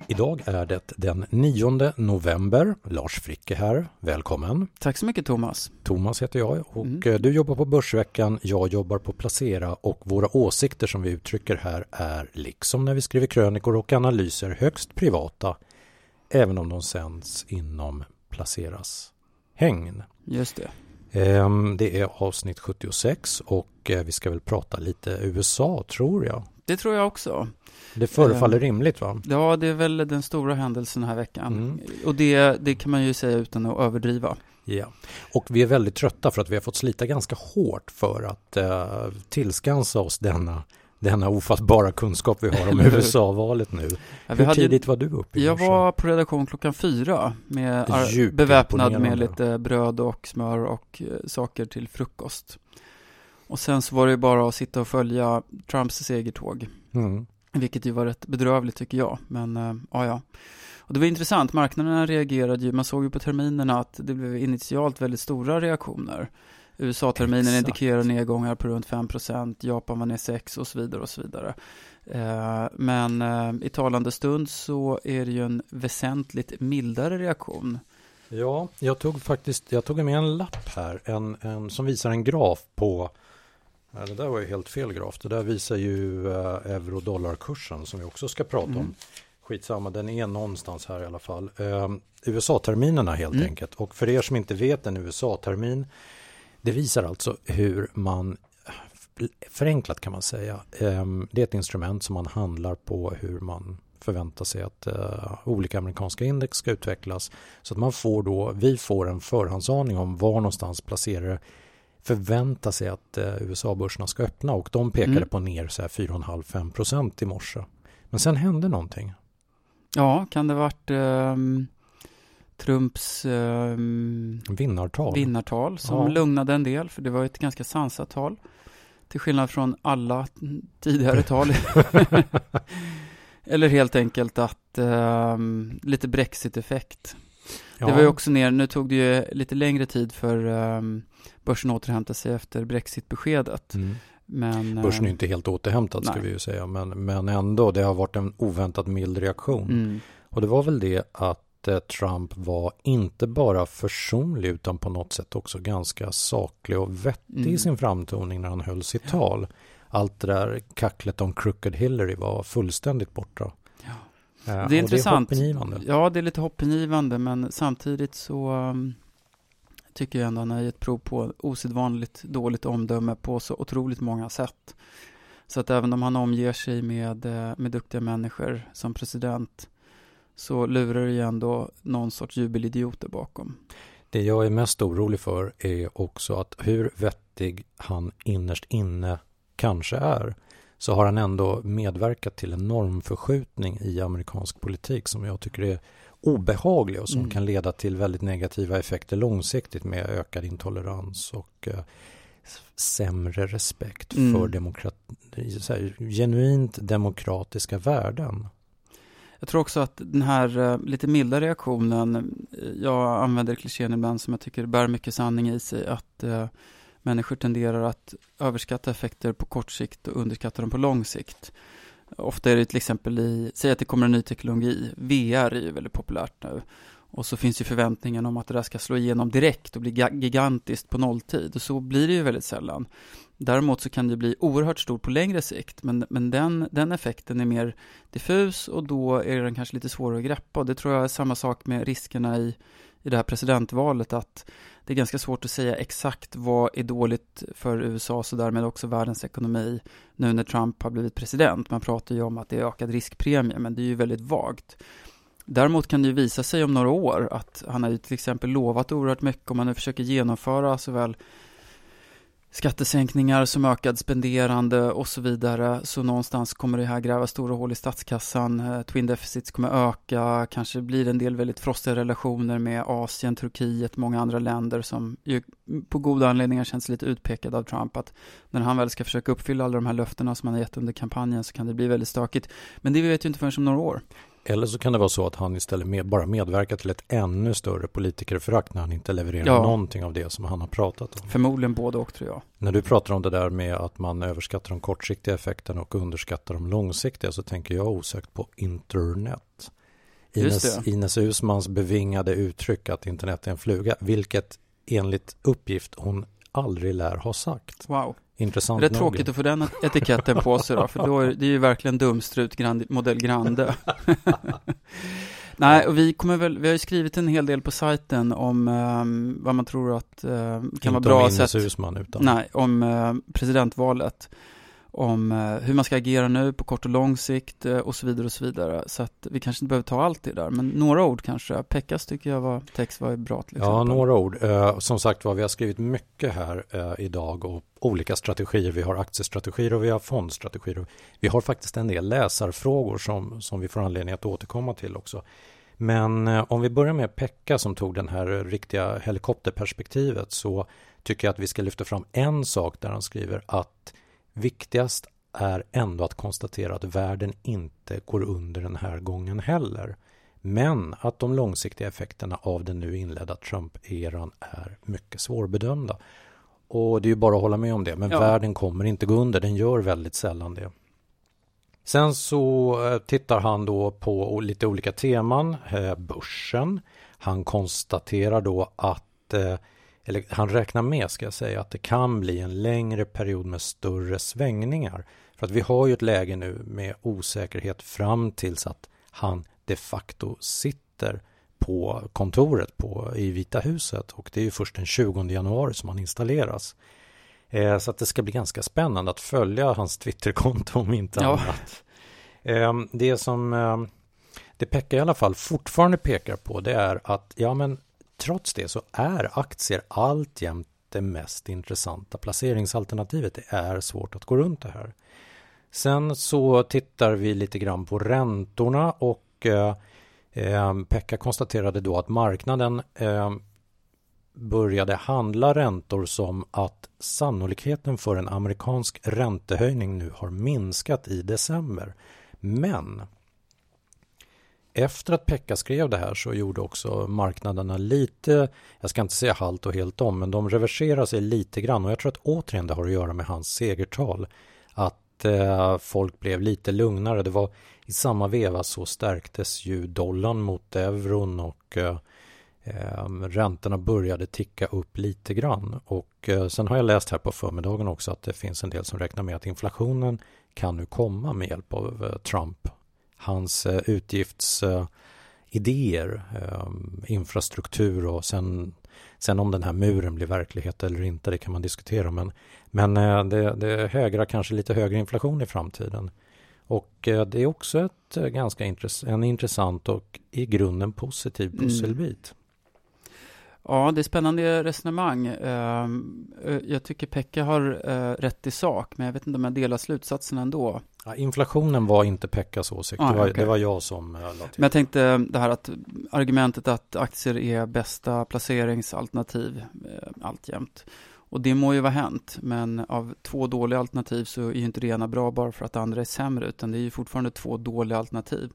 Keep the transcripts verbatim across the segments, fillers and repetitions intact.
Idag är det den nionde november. Lars Fricke här. Välkommen. Tack så mycket, Thomas. Thomas heter jag och Mm. du jobbar på Börsveckan. Jag jobbar på Placera och våra åsikter som vi uttrycker här är liksom när vi skriver krönikor och analyser högst privata, även om de sänds inom Placeras hängn. Just det. Det är avsnitt sjuttiosex och vi ska väl prata lite U S A, tror jag. Det tror jag också. Det förefaller um, rimligt, va? Ja, det är väl den stora händelsen den här veckan. Mm. Och det, det kan man ju säga utan att överdriva. Ja, och vi är väldigt trötta för att vi har fått slita ganska hårt för att uh, tillskansa oss denna, denna ofattbara kunskap vi har om U S A-valet nu. Ja, Hur hade, tidigt var du uppe i Jag morse? var på redaktion klockan fyra med ar- beväpnad med lite bröd och smör och uh, saker till frukost. Och sen så var det ju bara att sitta och följa Trumps segertåg. Mm. Vilket ju var rätt bedrövligt tycker jag. Men uh, ja, ja. Och det var intressant. Marknaderna reagerade ju. Man såg ju på terminerna att det blev initialt väldigt stora reaktioner. U S A-terminen Exakt. indikerar nedgångar på runt fem procent. Japan var ner sex och så vidare och så vidare. Uh, men uh, i talande stund så är det ju en väsentligt mildare reaktion. Ja, jag tog faktiskt jag tog med en lapp här. En, en, som visar en graf på... Ja, det där var ju helt fel graf. Det där visar ju uh, euro-dollarkursen som vi också ska prata Mm. om. Skitsamma, den är någonstans här i alla fall. Uh, U S A-terminerna helt Mm. enkelt. Och för er som inte vet, en U S A-termin, det visar alltså hur man, förenklat kan man säga, um, det är ett instrument som man handlar på hur man förväntar sig att uh, olika amerikanska index ska utvecklas. Så att man får då, vi får en förhandsaning om var någonstans placerare förväntar sig att uh, U S A-börserna ska öppna, och de pekade Mm. på ner så här fyra komma fem till fem procent i morse. Men sen hände någonting. Ja, kan det ha varit um, Trumps um, Vinnartal. vinnartal som Ja. lugnade en del, för det var ett ganska sansat tal. Till skillnad från alla tidigare tal. Eller helt enkelt att um, lite Brexit-effekt. Ja. Det var ju också ner, nu tog det ju lite längre tid för um, börsen återhämta sig efter Brexit-beskedet. Mm. Men, Börsen är um, inte helt återhämtad ska nej. vi ju säga, men, men ändå, det har varit en oväntat mild reaktion. Mm. Och det var väl det att eh, Trump var inte bara försonlig utan på något sätt också ganska saklig och vettig Mm. i sin framtoning när han höll sitt ja. tal. Allt det där kacklet om Crooked Hillary var fullständigt borta. Ja. Eh, Det är intressant. Det är hoppingivande. Ja, det är lite hoppingivande, men samtidigt så um, tycker jag ändå att han har gett prov på osedvanligt dåligt omdöme på så otroligt många sätt. Så att även om han omger sig med, med duktiga människor som president, så lurar det ju ändå någon sorts jubelidioter bakom. Det jag är mest orolig för är också att hur vettig han innerst inne kanske är, så har han ändå medverkat till en normförskjutning i amerikansk politik som jag tycker är obehaglig och som Mm. kan leda till väldigt negativa effekter långsiktigt med ökad intolerans och eh, sämre respekt Mm. för demokrati, så här, genuint demokratiska värden. Jag tror också att den här uh, lite milda reaktionen, jag använder klichén ibland som jag tycker bär mycket sanning i sig, att uh, människor tenderar att överskatta effekter på kort sikt och underskatta dem på lång sikt. Ofta är det till exempel i, säg att det kommer en ny teknologi, V R är ju väldigt populärt nu. Och så finns ju förväntningen om att det där ska slå igenom direkt och bli gigantiskt på nolltid. Och så blir det ju väldigt sällan. Däremot så kan det bli oerhört stort på längre sikt. Men, men den, den effekten är mer diffus och då är den kanske lite svårare att greppa. Och det tror jag är samma sak med riskerna i, i det här presidentvalet. Att det är ganska svårt att säga exakt vad är dåligt för U S A och därmed också världens ekonomi nu när Trump har blivit president. Man pratar ju om att det är ökad riskpremie, men det är ju väldigt vagt. Däremot kan det ju visa sig om några år att han har ju till exempel lovat oerhört mycket om man nu försöker genomföra såväl skattesänkningar som ökad spenderande och så vidare, så någonstans kommer det här gräva stora hål i statskassan. Twin deficits kommer öka, kanske blir en del väldigt frostiga relationer med Asien, Turkiet, många andra länder som ju på goda anledningar känns lite utpekade av Trump, att när han väl ska försöka uppfylla alla de här löftena som han har gett under kampanjen så kan det bli väldigt stökigt. Men det vet ju inte förrän om några år. Eller så kan det vara så att han istället med, bara medverkar till ett ännu större politikerförakt när han inte levererar ja. någonting av det som han har pratat om. Förmodligen både och, tror jag. När du pratar om det där med att man överskattar de kortsiktiga effekterna och underskattar de långsiktiga, så tänker jag osökt på internet. Ines, Ines Uusmanns bevingade uttryck att internet är en fluga, vilket enligt uppgift hon aldrig lär ha sagt. Wow. Intressant. Det är tråkigt att få den etiketten på sig då, för då är det är ju verkligen dumstrut grand, modell Grande. Nej, och vi kommer väl, vi har ju skrivit en hel del på sajten om um, vad man tror att uh, kan Inte vara bra om sätt. Uusmann, utan. Nej, om uh, presidentvalet. Om uh, hur man ska agera nu på kort och lång sikt uh, och så vidare och så vidare. Så att vi kanske inte behöver ta allt det där. Men några ord kanske. Pekkas tycker jag var, text var bra till exempel. Ja, några ord. Uh, som sagt var, vi har skrivit mycket här uh, idag och olika strategier. Vi har aktiestrategier och vi har fondstrategier. Vi har faktiskt en del läsarfrågor som, som vi får anledning att återkomma till också. Men uh, om vi börjar med Pekka som tog den här riktiga helikopterperspektivet, så tycker jag att vi ska lyfta fram en sak där han skriver att viktigast är ändå att konstatera att världen inte går under den här gången heller. Men att de långsiktiga effekterna av den nu inledda Trump-eran är mycket svårbedömda. Och det är ju bara att hålla med om det. Men ja. Världen kommer inte gå under. Den gör väldigt sällan det. Sen så tittar han då på lite olika teman. Börsen. Han konstaterar då att... Eller han räknar med, ska jag säga, att det kan bli en längre period med större svängningar. För att vi har ju ett läge nu med osäkerhet fram tills att han de facto sitter på kontoret på, i Vita huset. Och det är ju först den tjugonde januari som han installeras. Eh, så att det ska bli ganska spännande att följa hans Twitterkonto om inte ja. annat. Eh, det som eh, det Pekka i alla fall fortfarande pekar på, det är att ja men trots det så är aktier alltjämt det mest intressanta placeringsalternativet. Det är svårt att gå runt det här. Sen så tittar vi lite grann på räntorna och eh, eh, Pekka konstaterade då att marknaden eh, började handla räntor som att sannolikheten för en amerikansk räntehöjning nu har minskat i december. Men efter att Pekka skrev det här så gjorde också marknaderna lite, jag ska inte säga halt och helt om, men de reverserar sig lite grann. Och jag tror att återigen det har att göra med hans segertal. Att eh, folk blev lite lugnare. Det var i samma veva så stärktes ju dollarn mot euron och eh, eh, räntorna började ticka upp lite grann. Och eh, sen har jag läst här på förmiddagen också att det finns en del som räknar med att inflationen kan nu komma med hjälp av eh, Trump. Hans eh, utgiftsidéer, eh, eh, infrastruktur och sen, sen om den här muren blir verklighet eller inte, det kan man diskutera. Men, men eh, det, det hägrar kanske lite högre inflation i framtiden. Och eh, det är också ett, eh, ganska intress- en intressant och i grunden positiv pusselbit. Mm. Ja, det är spännande resonemang. Jag tycker Pekka har rätt i sak, men jag vet inte om jag delar slutsatsen ändå. Ja, inflationen var inte Pekkas åsikt, ah, det, var, okay. det var jag som lade till. Men jag tänkte det här att argumentet att aktier är bästa placeringsalternativ alltjämt. Och det må ju vara hänt, men av två dåliga alternativ så är ju inte det ena bra bara för att det andra är sämre, utan det är ju fortfarande två dåliga alternativ.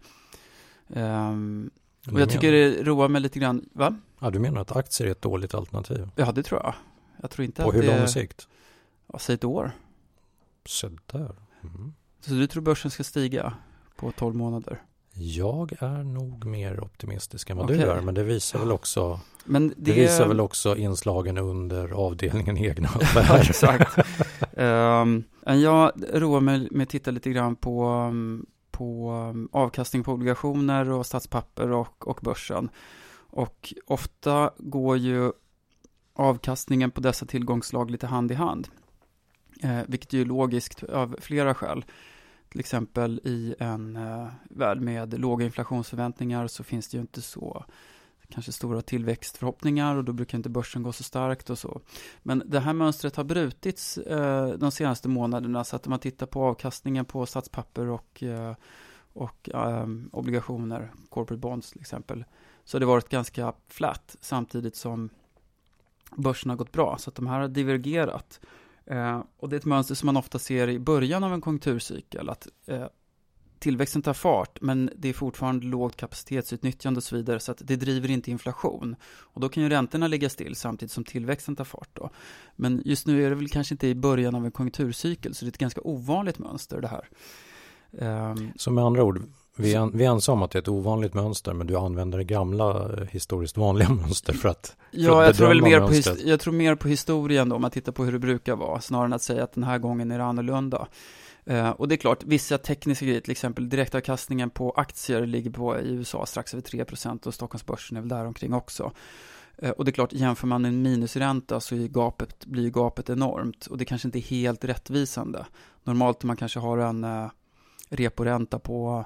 Um, och jag tycker det roar mig lite grann, va? Ja, du menar att aktier är ett dåligt alternativ? Ja, det tror jag. Jag tror inte på att hur det lång sikt? Ja, säg ett år. Så där. Mm. Så du tror börsen ska stiga på tolv månader? Jag är nog mer optimistisk än vad okay. du är, men det visar väl också men det... det visar väl också inslagen under avdelningen egna affärer. Exakt. um, jag roar mig med att titta lite grann på, på avkastning på obligationer och statspapper och, och börsen. Och ofta går ju avkastningen på dessa tillgångslag lite hand i hand. Eh, vilket är ju logiskt av flera skäl. Till exempel i en eh, värld med låga inflationsförväntningar så finns det ju inte så kanske stora tillväxtförhoppningar och då brukar inte börsen gå så starkt och så. Men det här mönstret har brutits eh, de senaste månaderna, så att om man tittar på avkastningen på statspapper och, eh, och eh, obligationer, corporate bonds till exempel, så har det varit ganska flat samtidigt som börsen har gått bra. Så att de här har divergerat. Eh, och det är ett mönster som man ofta ser i början av en konjunkturcykel. Att eh, tillväxten tar fart, men det är fortfarande lågt kapacitetsutnyttjande och så vidare. Så att det driver inte inflation. Och då kan ju räntorna ligga still samtidigt som tillväxten tar fart då. Men just nu är det väl kanske inte i början av en konjunkturcykel. Så det är ett ganska ovanligt mönster det här. Så med andra ord, Vi är, vi är ensamma att det är ett ovanligt mönster, men du använder det gamla historiskt vanliga mönster för att, för ja, att jag tror väl mer på, mönstret. his- jag tror mer på historien då, om man tittar på hur det brukar vara, snarare än att säga att den här gången är det annorlunda. Uh, och det är klart, vissa tekniska grejer, till exempel direktavkastningen på aktier ligger på i U S A strax över tre procent och Stockholmsbörsen är väl där omkring också. Uh, och det är klart, jämför man en minusränta så är gapet, blir gapet enormt och det kanske inte är helt rättvisande. Normalt om man kanske har en uh, reporänta på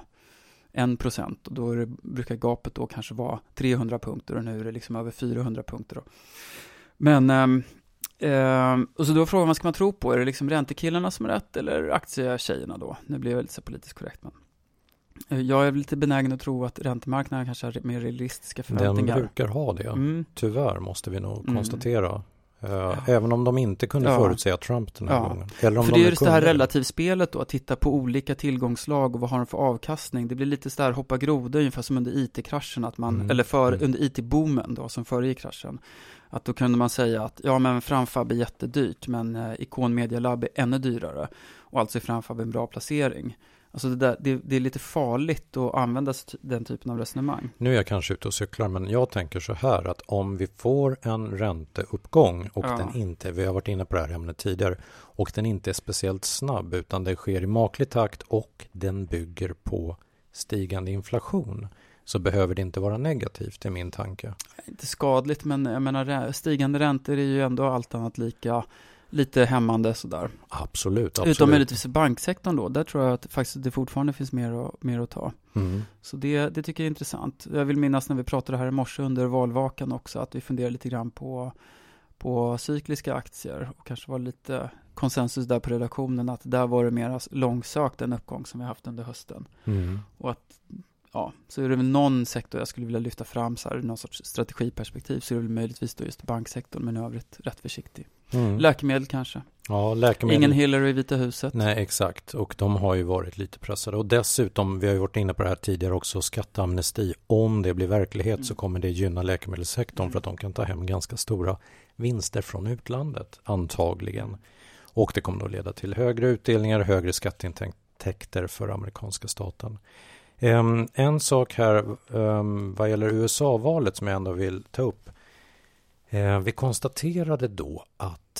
en procent och då är det, brukar gapet då kanske vara trehundra punkter och nu är det liksom över fyrahundra punkter då. Men um, Uh, och så då frågar man, ska man tro på, är det liksom räntekillarna som är rätt eller aktietjejerna då? Nu blir jag lite så politiskt korrekt, men uh, jag är lite benägen att tro att räntemarknaden kanske har mer realistiska förväntningar. Den brukar ha det, mm. tyvärr måste vi nog mm. konstatera. Uh, ja. Även om de inte kunde ja. förutsäga Trump den här ja. gången. Eller om För de det är just det här kunde. relativspelet då, att titta på olika tillgångslag och vad har de för avkastning. Det blir lite så där hoppa groda ungefär som under I T-kraschen, att man, mm. eller för, mm. under I T-boomen då, som föregick kraschen. Att då kunde man säga att ja, men Framfab är jättedyrt, men eh, Icon Media Lab är ännu dyrare. Och alltså är Framfab en bra placering. Alltså det, där, det, det är lite farligt att använda den typen av resonemang. Nu är jag kanske ute och cyklar, men jag tänker så här att om vi får en ränteuppgång och ja. den inte, vi har varit inne på det här ämnet tidigare, och den inte är speciellt snabb utan det sker i maklig takt och den bygger på stigande inflation, så behöver det inte vara negativt, är min tanke. Inte skadligt, men jag menar, stigande räntor är ju ändå allt annat lika lite hämmande sådär. Absolut, absolut. Utom möjligtvis i banksektorn då, där tror jag att faktiskt det fortfarande finns mer att, mer att ta. Mm. Så det, det tycker jag är intressant. Jag vill minnas när vi pratade här i morse under valvakan också, att vi funderar lite grann på, på cykliska aktier och kanske var lite konsensus där på redaktionen att där var det mer långsökt en uppgång som vi haft under hösten. Mm. Och att ja, så är det väl någon sektor jag skulle vilja lyfta fram så här, någon sorts strategiperspektiv, så är det väl möjligtvis då just banksektorn, men i övrigt rätt försiktig. Mm. Läkemedel kanske. Ja, läkemedel. Ingen Hillary i Vita huset. Nej, exakt. Och de har ju varit lite pressade. Och dessutom, vi har ju varit inne på det här tidigare också, skatteamnesti. Om det blir verklighet mm. så kommer det gynna läkemedelssektorn mm. för att de kan ta hem ganska stora vinster från utlandet, antagligen. Och det kommer då leda till högre utdelningar, högre skatteintäkter för amerikanska staten. Um, en sak här um, vad gäller U S A-valet som jag ändå vill ta upp. Uh, vi konstaterade då att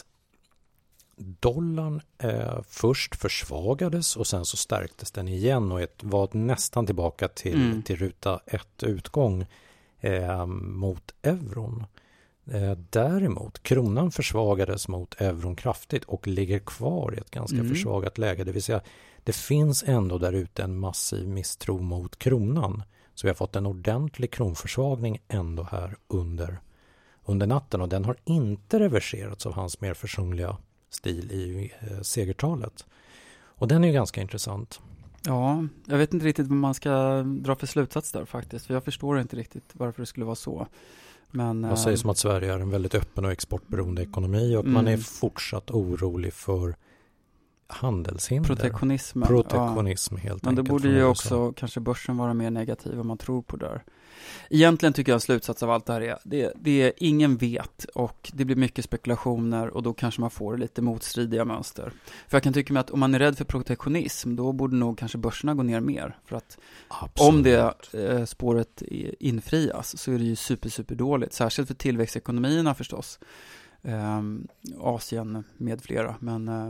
dollarn uh, först försvagades och sen så stärktes den igen och ett, var nästan tillbaka till, mm. till ruta ett utgång uh, mot euron. Uh, däremot, kronan försvagades mot euron kraftigt och ligger kvar i ett ganska mm. försvagat läge. Det vill säga, det finns ändå där ute en massiv misstro mot kronan. Så vi har fått en ordentlig kronförsvagning ändå här under, under natten. Och den har inte reverserats av hans mer försonliga stil i eh, segertalet. Och den är ju ganska intressant. Ja, jag vet inte riktigt vad man ska dra för slutsats där faktiskt. För jag förstår inte riktigt varför det skulle vara så. Men, jag säger som att Sverige är en väldigt öppen och exportberoende ekonomi och mm. man är fortsatt orolig för handelshinder. Protektionism. Protektionism ja. helt Men enkelt. Men det borde ju också kanske börsen vara mer negativ om man tror på det. Egentligen tycker jag en slutsats av allt det här är det, det är ingen vet och det blir mycket spekulationer och då kanske man får lite motstridiga mönster. För jag kan tycka mig att om man är rädd för protektionism då borde nog kanske börserna gå ner mer. För att absolut. Om det eh, spåret infrias så är det ju super, super dåligt. Särskilt för tillväxtekonomierna förstås. Eh, Asien med flera. Men eh,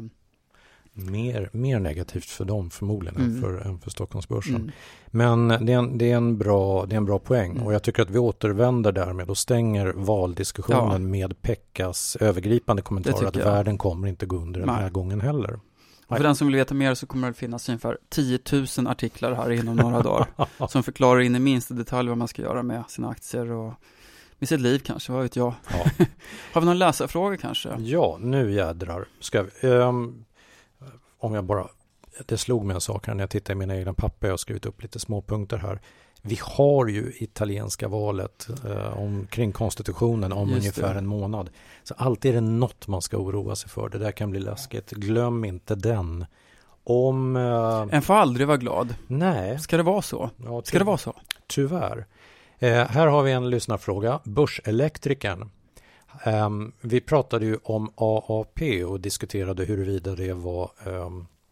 Mer, mer negativt för dem förmodligen mm. än, för, än för Stockholmsbörsen. Mm. Men det är, en, det, är en bra, det är en bra poäng mm. och jag tycker att vi återvänder därmed och stänger valdiskussionen ja. med Pekkas övergripande kommentar att jag. världen kommer inte gå under den Nej. här gången heller. För den som vill veta mer så kommer det finnas ungefär tio tusen artiklar här inom några dagar som förklarar in i minsta detalj vad man ska göra med sina aktier och med sitt liv kanske, vad vet jag. Ja. Har vi någon läsarfråga kanske? Ja, nu jädrar. Ska vi... Um, Om jag bara, det slog mig en sak här när jag tittar i mina egna papper. Jag har skrivit upp lite små punkter här. Vi har ju italienska valet eh, omkring konstitutionen om Just ungefär det. en månad. Så alltid är det något man ska oroa sig för. Det där kan bli läskigt. Glöm inte den. Om, eh, en får aldrig vara glad. Nej. Ska det vara så? Ja, ska det vara så? Tyvärr. Eh, här har vi en lyssnarfråga. Börselektrikern. Um, vi pratade ju om A A P och diskuterade huruvida det var um,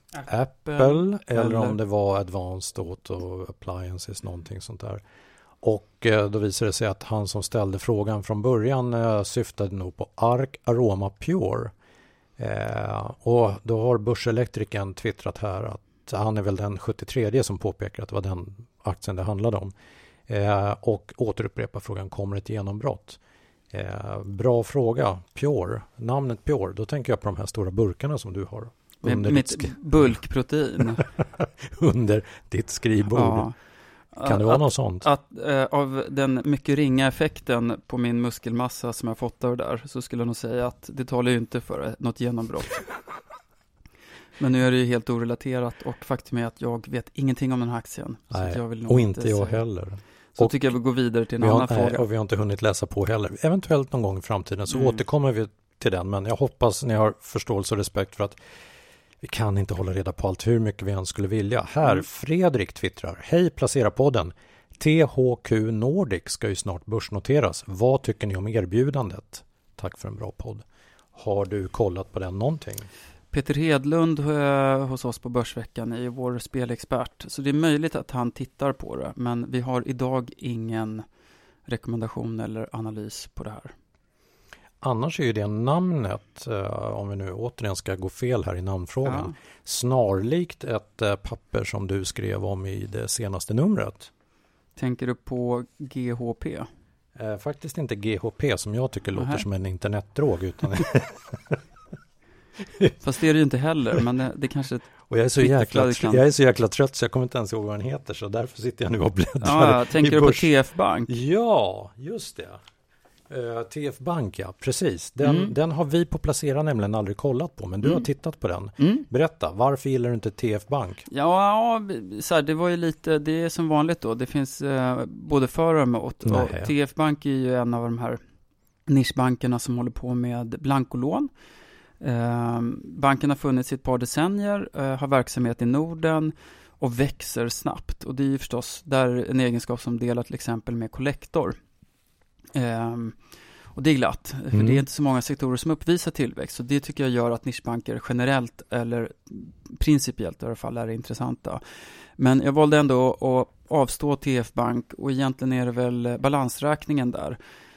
Apple, Apple eller, eller om det var Advanced Auto Appliances, någonting sånt där. Och eh, då visade det sig att han som ställde frågan från början eh, syftade nog på Arc Aroma Pure. Eh, och då har börselektrikern twittrat här att han är väl den sjuttiotre som påpekar att det var den aktien det handlade om. Eh, och återupprepar frågan, kommer ett genombrott? Eh, bra fråga. Pure, namnet Pure, då tänker jag på de här stora burkarna som du har. Under mitt sk- bulkprotein. under ditt skrivbord. Ja. Kan det vara att, något sånt? Att, äh, av den mycket ringa effekten på min muskelmassa som jag fått av det där, så skulle jag nog säga att det talar ju inte för något genombrott. Men nu är det ju helt orelaterat, och faktum är att jag vet ingenting om den här aktien. Nej, så jag vill nog och inte säga. jag heller. Så och tycker jag vi går vidare till en har, annan nej, fråga. Och vi har inte hunnit läsa på heller. Eventuellt någon gång i framtiden så mm. återkommer vi till den. Men jag hoppas ni har förståelse och respekt för att vi kan inte hålla reda på allt hur mycket vi än skulle vilja. Här, mm. Fredrik twittrar. Hej, Placera-podden. T H Q Nordic ska ju snart börsnoteras. Vad tycker ni om erbjudandet? Tack för en bra podd. Har du kollat på den någonting? Peter Hedlund uh, hos oss på Börsveckan är ju vår spelexpert. Så det är möjligt att han tittar på det. Men vi har idag ingen rekommendation eller analys på det här. Annars är ju det namnet, uh, om vi nu återigen ska gå fel här i namnfrågan, ja. snarlikt ett uh, papper som du skrev om i det senaste numret. Tänker du på G H P? Uh, faktiskt inte G H P som jag tycker Aha. låter som en internetdrog. Utan Fast det är det ju inte heller, men det, det kanske... Och jag är, så jäkla, kan... jag är så jäkla trött så jag kommer inte ens ihåg vad den heter, så därför sitter jag nu och bläddrar. Ja, tänker du på T F Bank? Ja, just det. Uh, T F Bank, ja, precis. Den, mm. den har vi på Placera nämligen aldrig kollat på, men du mm. har tittat på den. Mm. Berätta, varför gillar du inte T F Bank? Ja, så här, det var ju lite, det är som vanligt då. Det finns uh, både för och emot. Och T F Bank är ju en av de här nischbankerna som håller på med blankolån. Uh, banken har funnits i ett par decennier, uh, har verksamhet i Norden och växer snabbt. Och det är ju förstås där en egenskap som delar till exempel med Collector. Um, och det är glatt, för mm. det är inte så många sektorer som uppvisar tillväxt. Så det tycker jag gör att nischbanker generellt eller principiellt i alla fall är intressanta. Men jag valde ändå att avstå T F Bank, och egentligen är det väl balansräkningen där.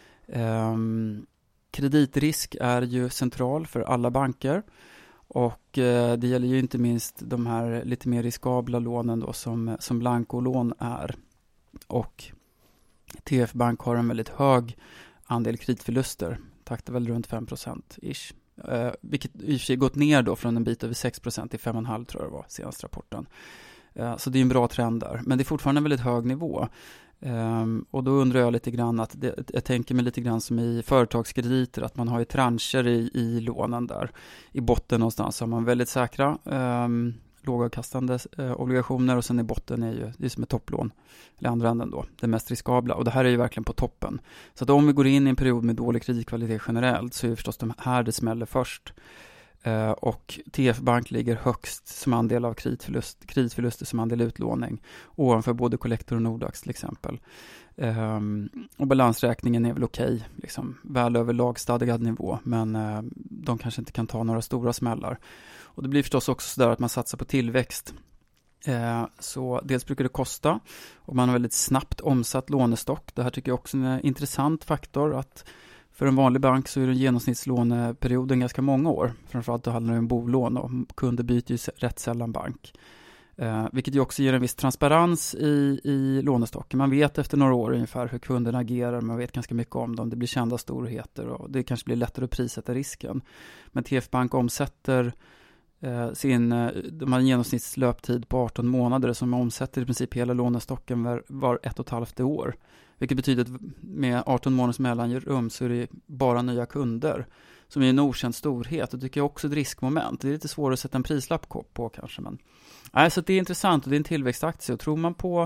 Um, kreditrisk är ju central för alla banker, och uh, det gäller ju inte minst de här lite mer riskabla lånen då, som, som blankolån är. Och T F Bank har en väldigt hög andel kreditförluster, taktar väl runt fem procent ish. Eh, vilket i och för sig gått ner då från en bit över sex procent till fem komma fem tror jag det var senaste rapporten. Eh, så det är en bra trend där, men det är fortfarande en väldigt hög nivå. Eh, och då undrar jag lite grann att det, jag tänker mig lite grann som i företagskrediter, att man har ju trancher i, i lånen där. I botten någonstans har man väldigt säkra eh, lågavkastande eh, obligationer, och sen i botten är ju det är som ett topplån, eller andra änden då, det mest riskabla, och det här är ju verkligen på toppen. Så att om vi går in i en period med dålig kreditkvalitet generellt, så är det förstås de här det smäller först. Eh, och T F Bank ligger högst som andel av kreditförlust, kreditförluster som andel utlåning, ovanför både Collector och Nordax till exempel. Eh, och balansräkningen är väl okej, okay, liksom, väl över lagstadgad nivå, men eh, de kanske inte kan ta några stora smällar. Och det blir förstås också så där att man satsar på tillväxt. Eh, så dels brukar det kosta, och man har väldigt snabbt omsatt lånestock. Det här tycker jag också är en intressant faktor, att för en vanlig bank så är den genomsnittslåneperioden ganska många år. Framförallt då handlar det om bolån, och kunder byter ju rätt sällan bank. Eh, vilket ju också ger en viss transparens i, i lånestocken. Man vet efter några år ungefär hur kunderna agerar, man vet ganska mycket om dem. Det blir kända storheter, och det kanske blir lättare att prissätta risken. Men T F Bank omsätter eh, sin, de har en genomsnittslöptid på arton månader, som omsätter i princip hela lånestocken var, var ett och ett halvt år. Vilket betyder att med arton månaders mellanrum så är det bara nya kunder, som är en okänd storhet, och tycker jag också ett riskmoment. Det är lite svårt att sätta en prislapp på kanske, men nej, så det är intressant, och det är en tillväxtaktie, och tror man på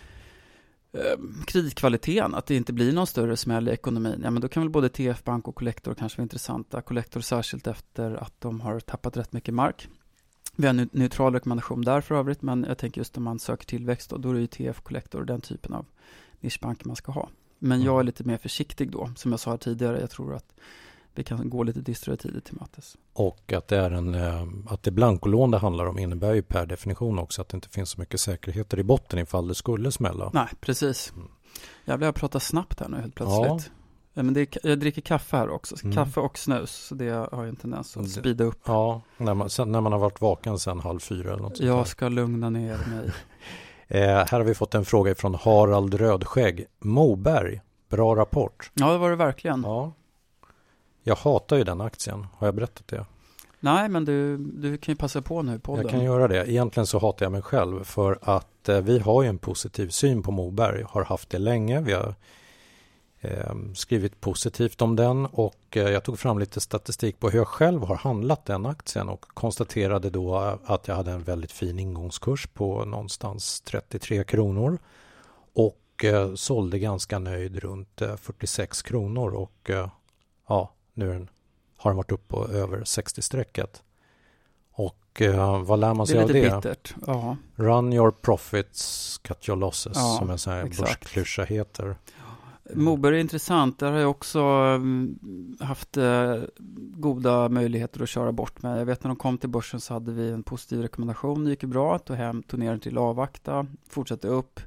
eh, kreditkvaliteten, att det inte blir någon större smäll i ekonomin, ja, men då kan väl både T F Bank och Collector kanske vara intressanta. Collector särskilt efter att de har tappat rätt mycket mark. Vi har en neutral rekommendation där för övrigt, men jag tänker just om man söker tillväxt, och då är det ju T F Collector och den typen av nischbanker man ska ha. Men jag är lite mer försiktig då, som jag sa tidigare. Jag tror att vi kan gå lite dystrare tider till mötes. Och att det är en att det blankolån det handlar om innebär ju per definition också att det inte finns så mycket säkerheter i botten ifall det skulle smälla. Nej, precis. Jag blir prata snabbt här nu helt plötsligt. Ja. Men det är, jag dricker kaffe här också. Mm. Kaffe och snus. Så det har en tendens att speeda upp. Ja, när man, sen, när man har varit vaken sedan halv fyra eller något sånt. Jag ska lugna ner mig. eh, här har vi fått en fråga från Harald Rödskägg. Moberg, bra rapport. Ja, det var det verkligen. Ja. Jag hatar ju den aktien. Har jag berättat det? Nej, men du, du kan ju passa på nu på Jag kan göra det. Egentligen så hatar jag mig själv för att eh, vi har ju en positiv syn på Moberg. Har haft det länge. Vi har eh, skrivit positivt om den och eh, jag tog fram lite statistik på hur jag själv har handlat den aktien och konstaterade då att jag hade en väldigt fin ingångskurs på någonstans trettiotre kronor och eh, sålde ganska nöjd runt eh, fyrtiosex kronor och eh, ja, nu är den har den varit upp på över sextio-strecket. Och eh, vad lär man sig av det? Det är lite bittert. Ja. Run your profits, cut your losses, ja, som en sån här börsklyscha heter. Mm. Moberg är intressant. Där har jag också haft eh, goda möjligheter att köra bort med. Jag vet när de kom till börsen så hade vi en positiv rekommendation. Det gick ju bra. Tog hem, tog ner den till avvakta. Fortsatte upp.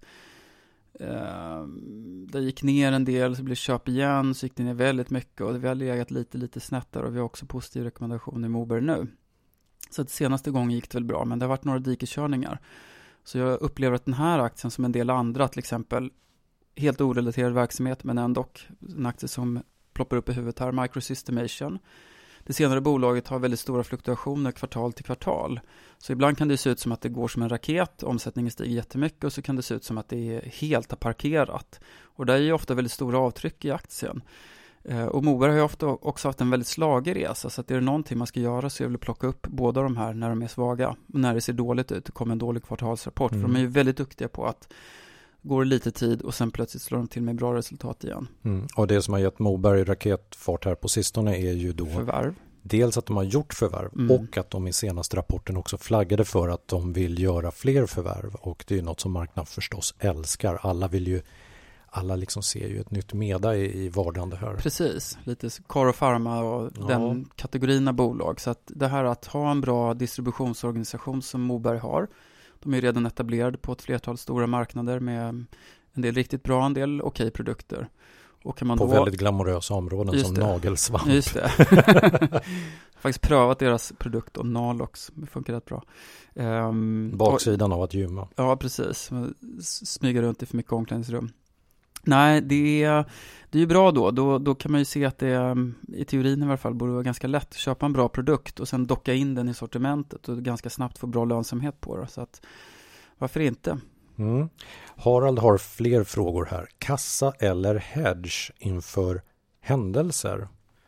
Uh, det gick ner en del, så blev köp igen, så gick det ner väldigt mycket och vi har legat lite lite snett där och vi har också positiv rekommendation i Moberg nu. Så att senaste gången gick det väl bra, men det har varit några dikeskörningar. Så jag upplever att den här aktien som en del andra, till exempel helt orelaterad verksamhet men ändå en aktie som ploppar upp i huvudet här, Microsystemation. Det senare bolaget har väldigt stora fluktuationer kvartal till kvartal. Så ibland kan det se ut som att det går som en raket, omsättningen stiger jättemycket och så kan det se ut som att det är helt parkerat. Och det är ju ofta väldigt stora avtryck i aktien. Eh, och Moberg har ju ofta också haft en väldigt slagig resa, så att är det någonting man ska göra så är det att plocka upp båda de här när de är svaga. Och när det ser dåligt ut, det kommer en dålig kvartalsrapport. Mm. För de är ju väldigt duktiga på att går lite tid och sen plötsligt slår de till med bra resultat igen. Mm. Och det som har gett Moberg raketfart här på sistone är ju då förvärv. Dels att de har gjort förvärv mm. och att de i senaste rapporten också flaggade för att de vill göra fler förvärv. Och det är ju något som marknaden förstås älskar. Alla vill ju, alla liksom ser ju ett nytt meda i, i vardande här. Precis, lite Karo Pharma och ja. Den kategorin av bolag. Så att det här att ha en bra distributionsorganisation som Moberg har. De är redan etablerade på ett flertal stora marknader med en del riktigt bra, en del okej produkter. Och kan man på då... väldigt glamorösa områden Just som det. nagelsvamp. Just det. Jag har faktiskt prövat deras produkt och Nalox. Det funkar rätt bra. Um, Baksidan och, av att gymma. Ja, precis. Smyga runt i för mycket omklädningsrum. Nej, det är, det är ju bra då. då. Då kan man ju se att det i teorin i alla fall borde vara ganska lätt att köpa en bra produkt och sen docka in den i sortimentet och ganska snabbt få bra lönsamhet på det. Så att, varför inte? Mm. Harald har fler frågor här. Kassa eller hedge inför händelser?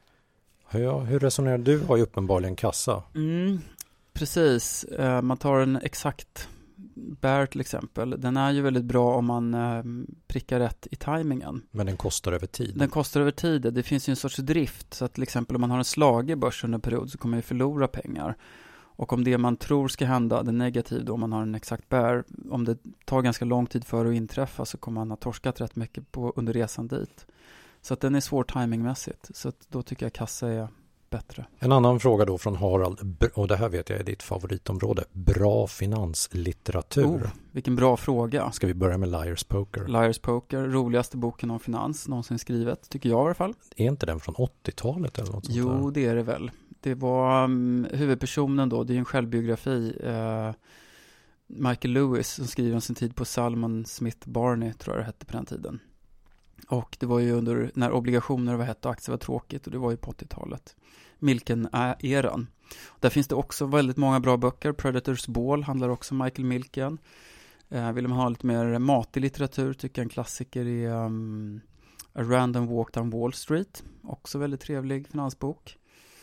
Ja, hur resonerar du? Har ju uppenbarligen kassa. Mm, precis. Uh, man tar en exakt bär till exempel. Den är ju väldigt bra om man uh, prickar rätt i tajmingen. Men den kostar över tid. Den kostar över tid. Det finns ju en sorts drift. Så att till exempel om man har en slagig börs under en period så kommer man ju förlora pengar. Och om det man tror ska hända, det negativa då, om man har en exakt bär, om det tar ganska lång tid för att inträffa så kommer man ha torskat rätt mycket på, under resan dit. Så att den är svår timingmässigt. Så att då tycker jag kassa är bättre. En annan fråga då från Harald, och det här vet jag är ditt favoritområde. Bra finanslitteratur. Oh, vilken bra fråga. Ska vi börja med Liar's Poker? Liar's Poker, roligaste boken om finans någonsin skrivet, tycker jag i alla fall. Är inte den från åttiotalet eller något sånt? Jo, det är det väl. Det var um, huvudpersonen då, det är en självbiografi. Uh, Michael Lewis som skriver om sin tid på Salmon Smith Barney, tror jag det hette på den tiden. Och det var ju under när obligationer var hett och aktier var tråkigt och det var ju på åttiotalet. Milken-eran. Där finns det också väldigt många bra böcker. Predators Ball handlar också om Michael Milken. Uh, vill man ha lite mer matig litteratur tycker jag en klassiker är um, A Random Walk Down Wall Street. Också väldigt trevlig finansbok.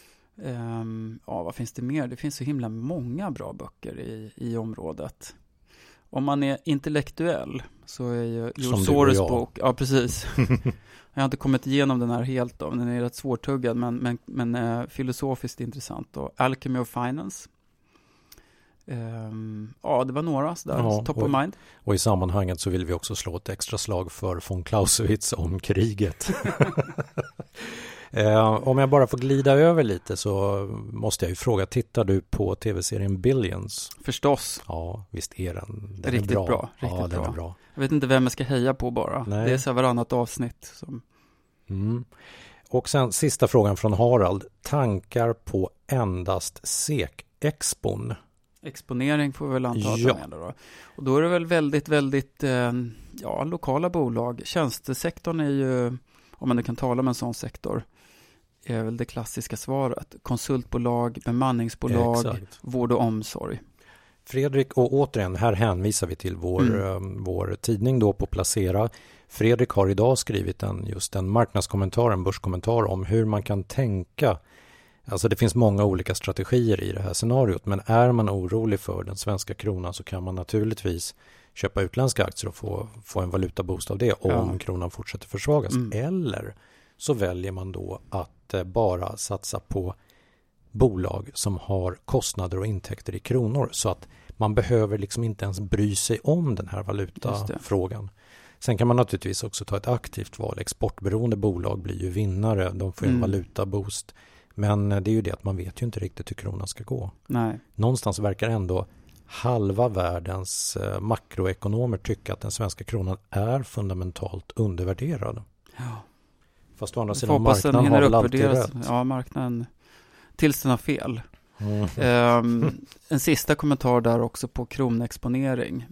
Um, ja, vad finns det mer? Det finns så himla många bra böcker i, i området. Om man är intellektuell så är ju George Soros bok, ja precis. Jag har inte kommit igenom den här helt då, den är rätt svårtuggad men, men, men uh, filosofiskt intressant. Och Alchemy of Finance. Um, ja, det var några sådär, ja, top och, of mind. Och i sammanhanget så vill vi också slå ett extra slag för von Clausewitz om kriget. Eh, om jag bara får glida över lite så måste jag ju fråga, tittar du på tv-serien Billions? Förstås. Ja, visst är den. Den riktigt är bra. bra. Riktigt ja, den bra. är bra. Jag vet inte vem jag ska heja på bara. Nej. Det är så varannat avsnitt. Som... Mm. Och sen sista frågan från Harald. Tankar på endast SEK-expon? Exponering får vi väl anta att ja. med då. Och då är det väl väldigt, väldigt eh, ja, lokala bolag. Tjänstesektorn är ju, om man nu kan tala om en sån sektor, är väl det klassiska svaret. Konsultbolag, bemanningsbolag, Exakt. vård och omsorg. Fredrik, och återigen, här hänvisar vi till vår, mm. vår tidning då på Placera. Fredrik har idag skrivit en, just en marknadskommentar, en börskommentar om hur man kan tänka. Alltså det finns många olika strategier i det här scenariot, men är man orolig för den svenska kronan så kan man naturligtvis köpa utländska aktier och få, få en valutaboost av det om ja. kronan fortsätter försvagas. Mm. Eller så väljer man då att eh, bara satsa på bolag som har kostnader och intäkter i kronor så att man behöver liksom inte ens bry sig om den här valutafrågan. Sen kan man naturligtvis också ta ett aktivt val. Exportberoende bolag blir ju vinnare, de får en mm. valutaboost. Men det är ju det att man vet ju inte riktigt hur kronan ska gå. Nej. Någonstans verkar ändå halva världens eh, makroekonomer tycka att den svenska kronan är fundamentalt undervärderad. Ja. Fast å andra sidan marknaden har väl alltid rätt. Ja, marknaden tills den har fel. Mm. Um, en sista kommentar där också på kronexponering.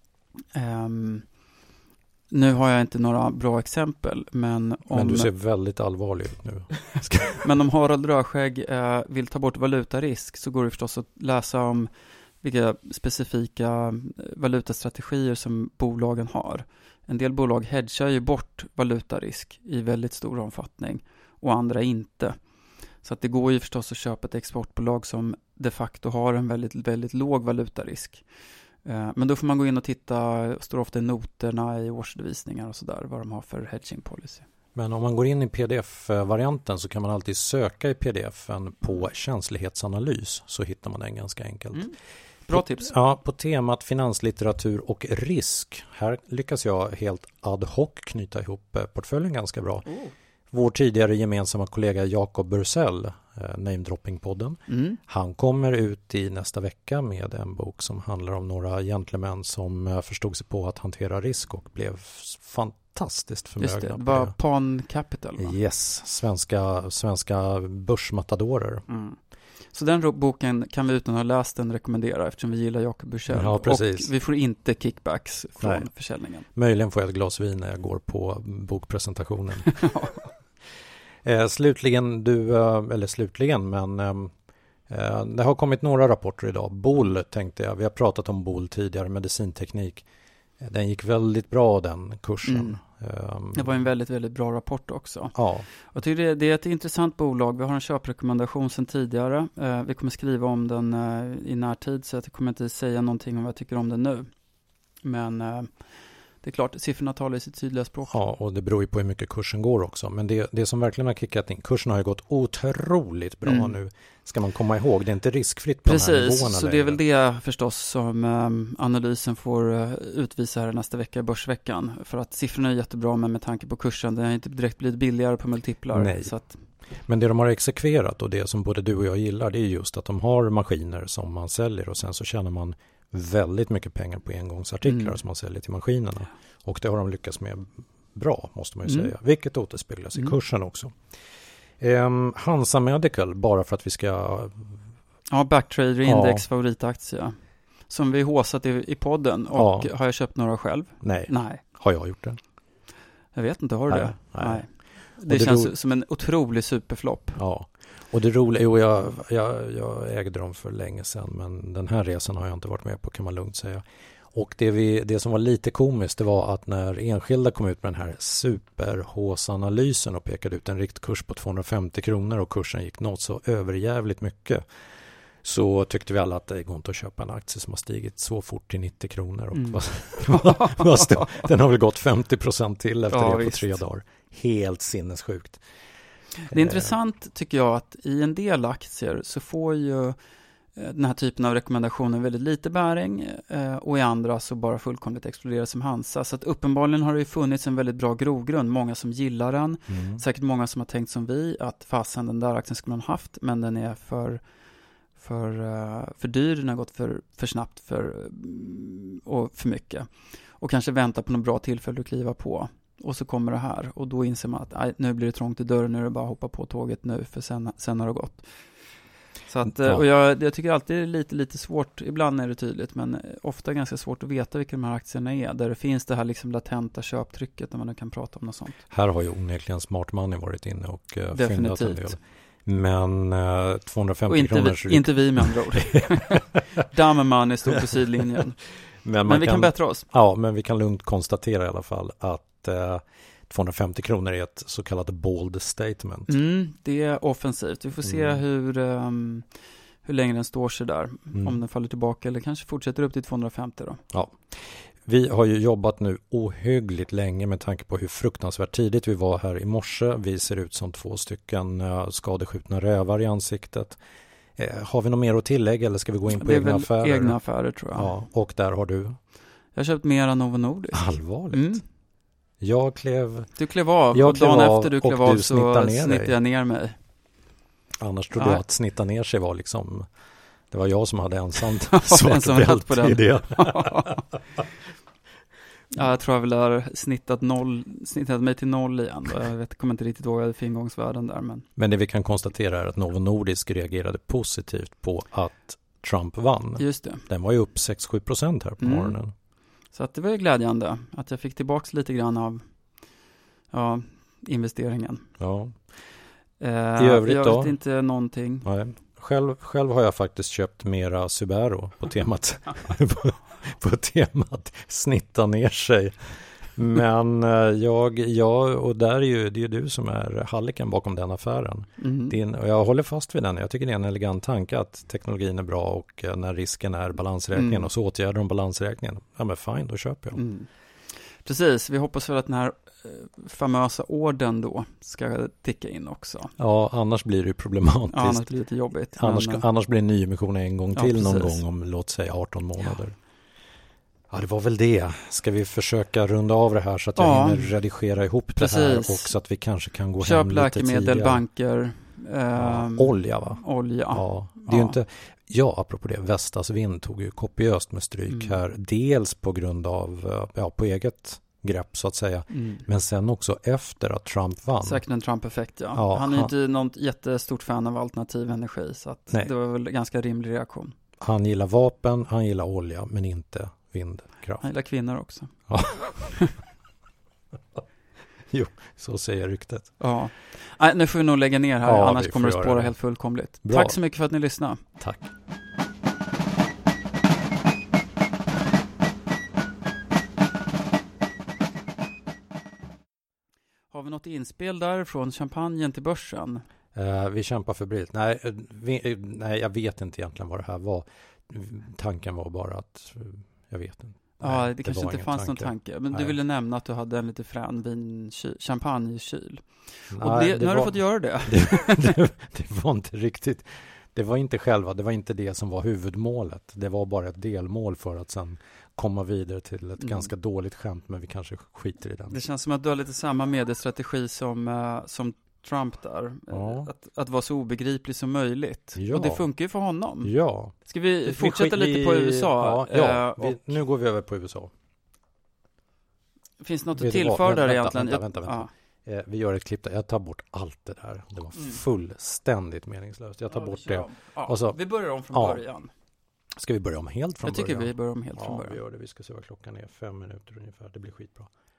Um, nu har jag inte några bra exempel, men om... Men du ser väldigt allvarlig ut nu. Men om Harald Rörskägg eh, vill ta bort valutarisk så går det förstås att läsa om vilka specifika valutastrategier som bolagen har. En del bolag hedgar ju bort valutarisk i väldigt stor omfattning och andra inte. Så att det går ju förstås att köpa ett exportbolag som de facto har en väldigt, väldigt låg valutarisk. Men då får man gå in och titta, står ofta i noterna i årsredovisningar och sådär, vad de har för hedging policy. Men om man går in i P D F-varianten så kan man alltid söka i P D F-en på känslighetsanalys, så hittar man den ganska enkelt. Mm. Bra tips. På, ja, på temat finanslitteratur och risk. Här lyckas jag helt ad hoc knyta ihop portföljen ganska bra. Oh. Vår tidigare gemensamma kollega Jakob Bursell, eh, Namedropping-podden, mm. han kommer ut i nästa vecka med en bok som handlar om några gentlemän som eh, förstod sig på att hantera risk och blev fantastiskt förmögna. Just det, det var Pawn Capital, va? Yes, svenska, svenska börsmatadorer. Mm. Så den boken kan vi utan att ha läst den rekommendera eftersom vi gillar Jakob Bursell. Ja, precis. Och vi får inte kickbacks från Nej. försäljningen. Möjligen får jag ett glas vin när jag går på bokpresentationen. eh, slutligen, du, eller slutligen, men eh, det har kommit några rapporter idag. Bol tänkte jag, vi har pratat om Bol tidigare, medicinteknik. Den gick väldigt bra, den kursen. Mm. Det var en väldigt, väldigt bra rapport också. Ja. Jag tycker det, det är ett intressant bolag. Vi har en köprekommendation sedan tidigare. Eh, vi kommer skriva om den eh, i närtid, så jag kommer inte säga någonting om vad jag tycker om den nu. Men eh, det är klart, siffrorna talar i sitt tydliga språk. Ja, och det beror ju på hur mycket kursen går också. Men det, det som verkligen har kickat in, kursen har ju gått otroligt bra mm. nu. Ska man komma ihåg, det är inte riskfritt på Precis, de här nivåerna. Precis, så längre. det är väl det förstås som um, analysen får uh, utvisa här nästa vecka i Börsveckan. För att siffrorna är jättebra, men med tanke på kursen, det har inte direkt blivit billigare på multiplar. Nej. Så att... Men det de har exekverat och det som både du och jag gillar, det är just att de har maskiner som man säljer och sen så tjänar man väldigt mycket pengar på engångsartiklar mm. som man säljer till maskinerna. Och det har de lyckats med bra, måste man ju mm. säga. Vilket återspeglas mm. i kursen också. Um, Hansa Medical, bara för att vi ska... Ja, Backtrader Index ja. favoritaktie. Som vi håsat i, i podden. Och ja. har jag köpt några själv? Nej. Nej. Har jag gjort det? Jag vet inte, har du Nej. det? Nej. Nej. Det, det känns ro... som en otrolig superflopp. Ja, och det roliga, jo jag, jag, jag ägde dem för länge sedan, men den här resan har jag inte varit med på, kan man lugnt säga. Och det, vi, det som var lite komiskt, det var att när enskilda kom ut med den här superhåsanalysen och pekade ut en riktkurs på tvåhundrafemtio kronor och kursen gick något så överjävligt mycket, så tyckte vi alla att det går inte att köpa en aktie som har stigit så fort till nittio kronor. Och mm. fast det, den har väl gått femtio procent till efter ja, det på visst. tre dagar. Helt sinnessjukt. Det är intressant tycker jag att i en del aktier så får ju den här typen av rekommendationer väldigt lite bäring eh, och i andra så bara fullkomligt exploderar som Hansa. Så att uppenbarligen har det ju funnits en väldigt bra grogrund. Många som gillar den. Mm. Säkert många som har tänkt som vi att fasen den där aktien skulle man ha haft men den är för, för, uh, för dyr. Den har gått för, för snabbt för, och för mycket. Och kanske vänta på något bra tillfälle att kliva på. Och så kommer det här. Och då inser man att aj, nu blir det trångt i dörren. Nu är det bara att hoppa på tåget nu för sen, sen har det gått. Så att, ja. Och jag, jag tycker alltid det är lite, lite svårt, ibland är det tydligt, men ofta ganska svårt att veta vilka de här aktierna är, där det finns det här liksom latenta köptrycket när man kan prata om något sånt. Här har ju onekligen Smart Money varit inne och uh, fyndat en del. Men uh, tvåhundrafemtio och inte kronor... Vi, inte vi med andra ord. Dumb Money stod på sidlinjen. Men, men vi kan, kan bättra oss. Ja, men vi kan lugnt konstatera i alla fall att uh, tvåhundrafemtio kronor är ett så kallat bold statement. Mm, det är offensivt. Vi får se mm. hur, um, hur länge den står sig där. Mm. Om den faller tillbaka eller kanske fortsätter upp till tvåhundrafemtio då. Ja. Vi har ju jobbat nu ohyggligt länge med tanke på hur fruktansvärt tidigt vi var här i morse. Vi ser ut som två stycken uh, skadeskjutna rövar i ansiktet. Eh, har vi något mer att tillägga eller ska vi gå in på egna affärer? Det är väl egna affärer tror jag. Ja, och där har du? Jag har köpt mer än Novo Nordisk. Allvarligt? Mm. Jag klev... Du klev av jag och dagen klev efter du klev av så snittade jag ner mig. Annars trodde jag att snitta ner sig var liksom... Det var jag som hade ensamt svart bälte på den. I det. Ja, jag tror jag väl har snittat, noll, snittat mig till noll igen. Jag vet, kommer inte riktigt ihåg, jag hade för ingångsvärden där. Men... men det vi kan konstatera är att Novo Nordisk reagerade positivt på att Trump vann. Just det. Den var ju upp sex till sju procent här på mm. morgonen. Så att det var ju glädjande att jag fick tillbaka lite grann av ja, investeringen. Ja. Eh, I övrigt jag då? Jag vet inte någonting. Nej. Själv, själv har jag faktiskt köpt mera Subaru på temat på, på temat snitta ner sig. Men jag, jag och där är ju, det är ju du som är halliken bakom den affären. Mm. Din, och jag håller fast vid den. Jag tycker det är en elegant tanke att teknologin är bra och när risken är balansräkningen mm. och så åtgärdar de balansräkningen. Ja men fine, då köper jag. Mm. Precis, vi hoppas väl att den här famösa orden då ska ticka in också. Ja, annars blir det problematiskt. Ja, annars blir det lite jobbigt. Annars, men, annars blir det en nyemission en gång till ja, någon gång om låt säga arton månader. Ja. Ja, det var väl det. Ska vi försöka runda av det här så att jag ja, hinner redigera ihop precis. Det här och så att vi kanske kan gå Köp hem lite tidigare. Köp läkemedel, banker. Eh, ja, olja va? Olja. Ja, det är ja. ju inte... Ja, apropå det. Vestas vind tog ju kopiöst med stryk mm. här. Dels på grund av, ja, på eget grepp så att säga. Mm. Men sen också efter att Trump vann. Säkert en Trump-effekt, ja. ja han är ju inte något jättestort fan av alternativ energi så att det var väl en ganska rimlig reaktion. Han gillar vapen, han gillar olja men inte vindkraft. Han gillar kvinnor också. Ja. Jo, så säger ryktet. Ja. Nej, nu får vi nog lägga ner här, ja, annars kommer det spåra det. Helt fullkomligt. Bra. Tack så mycket för att ni lyssnade. Tack. Har vi något inspel där från champagnen till börsen? Uh, vi kämpar febrilt. Nej, vi, nej, jag vet inte egentligen vad det här var. Tanken var bara att, jag vet inte. Ja, det, det kanske inte fanns tanke. någon tanke. Men nej. Du ville nämna att du hade en lite frän vin, champagne i kyl. Nej, och det, det nu har var, du fått göra det. Det, det. Det var inte riktigt. Det var inte själva, det var inte det som var huvudmålet. Det var bara ett delmål för att sen komma vidare till ett mm. ganska dåligt skämt, men vi kanske skiter i den. Det känns som att du har lite samma mediestrategi som, uh, som Trump där. Ja. Att, att vara så obegriplig som möjligt. Ja. Och det funkar ju för honom. Ja. Ska vi det, fortsätta vi, lite på U S A? Ja, ja uh, vi, nu går vi över på U S A. Finns det något att tillföra där egentligen? Vänta, vänta, vänta. Ja. Eh, vi gör ett klipp där. Jag tar bort allt det där. Det var mm. fullständigt meningslöst. Jag tar ja, bort det. Ja, och så, vi börjar om från ja. början. Ska vi börja om helt från jag början? Jag tycker början? vi börjar om helt ja, från början. Ja, vi gör det. Vi ska se vad klockan är. Fem minuter ungefär. Det blir skitbra.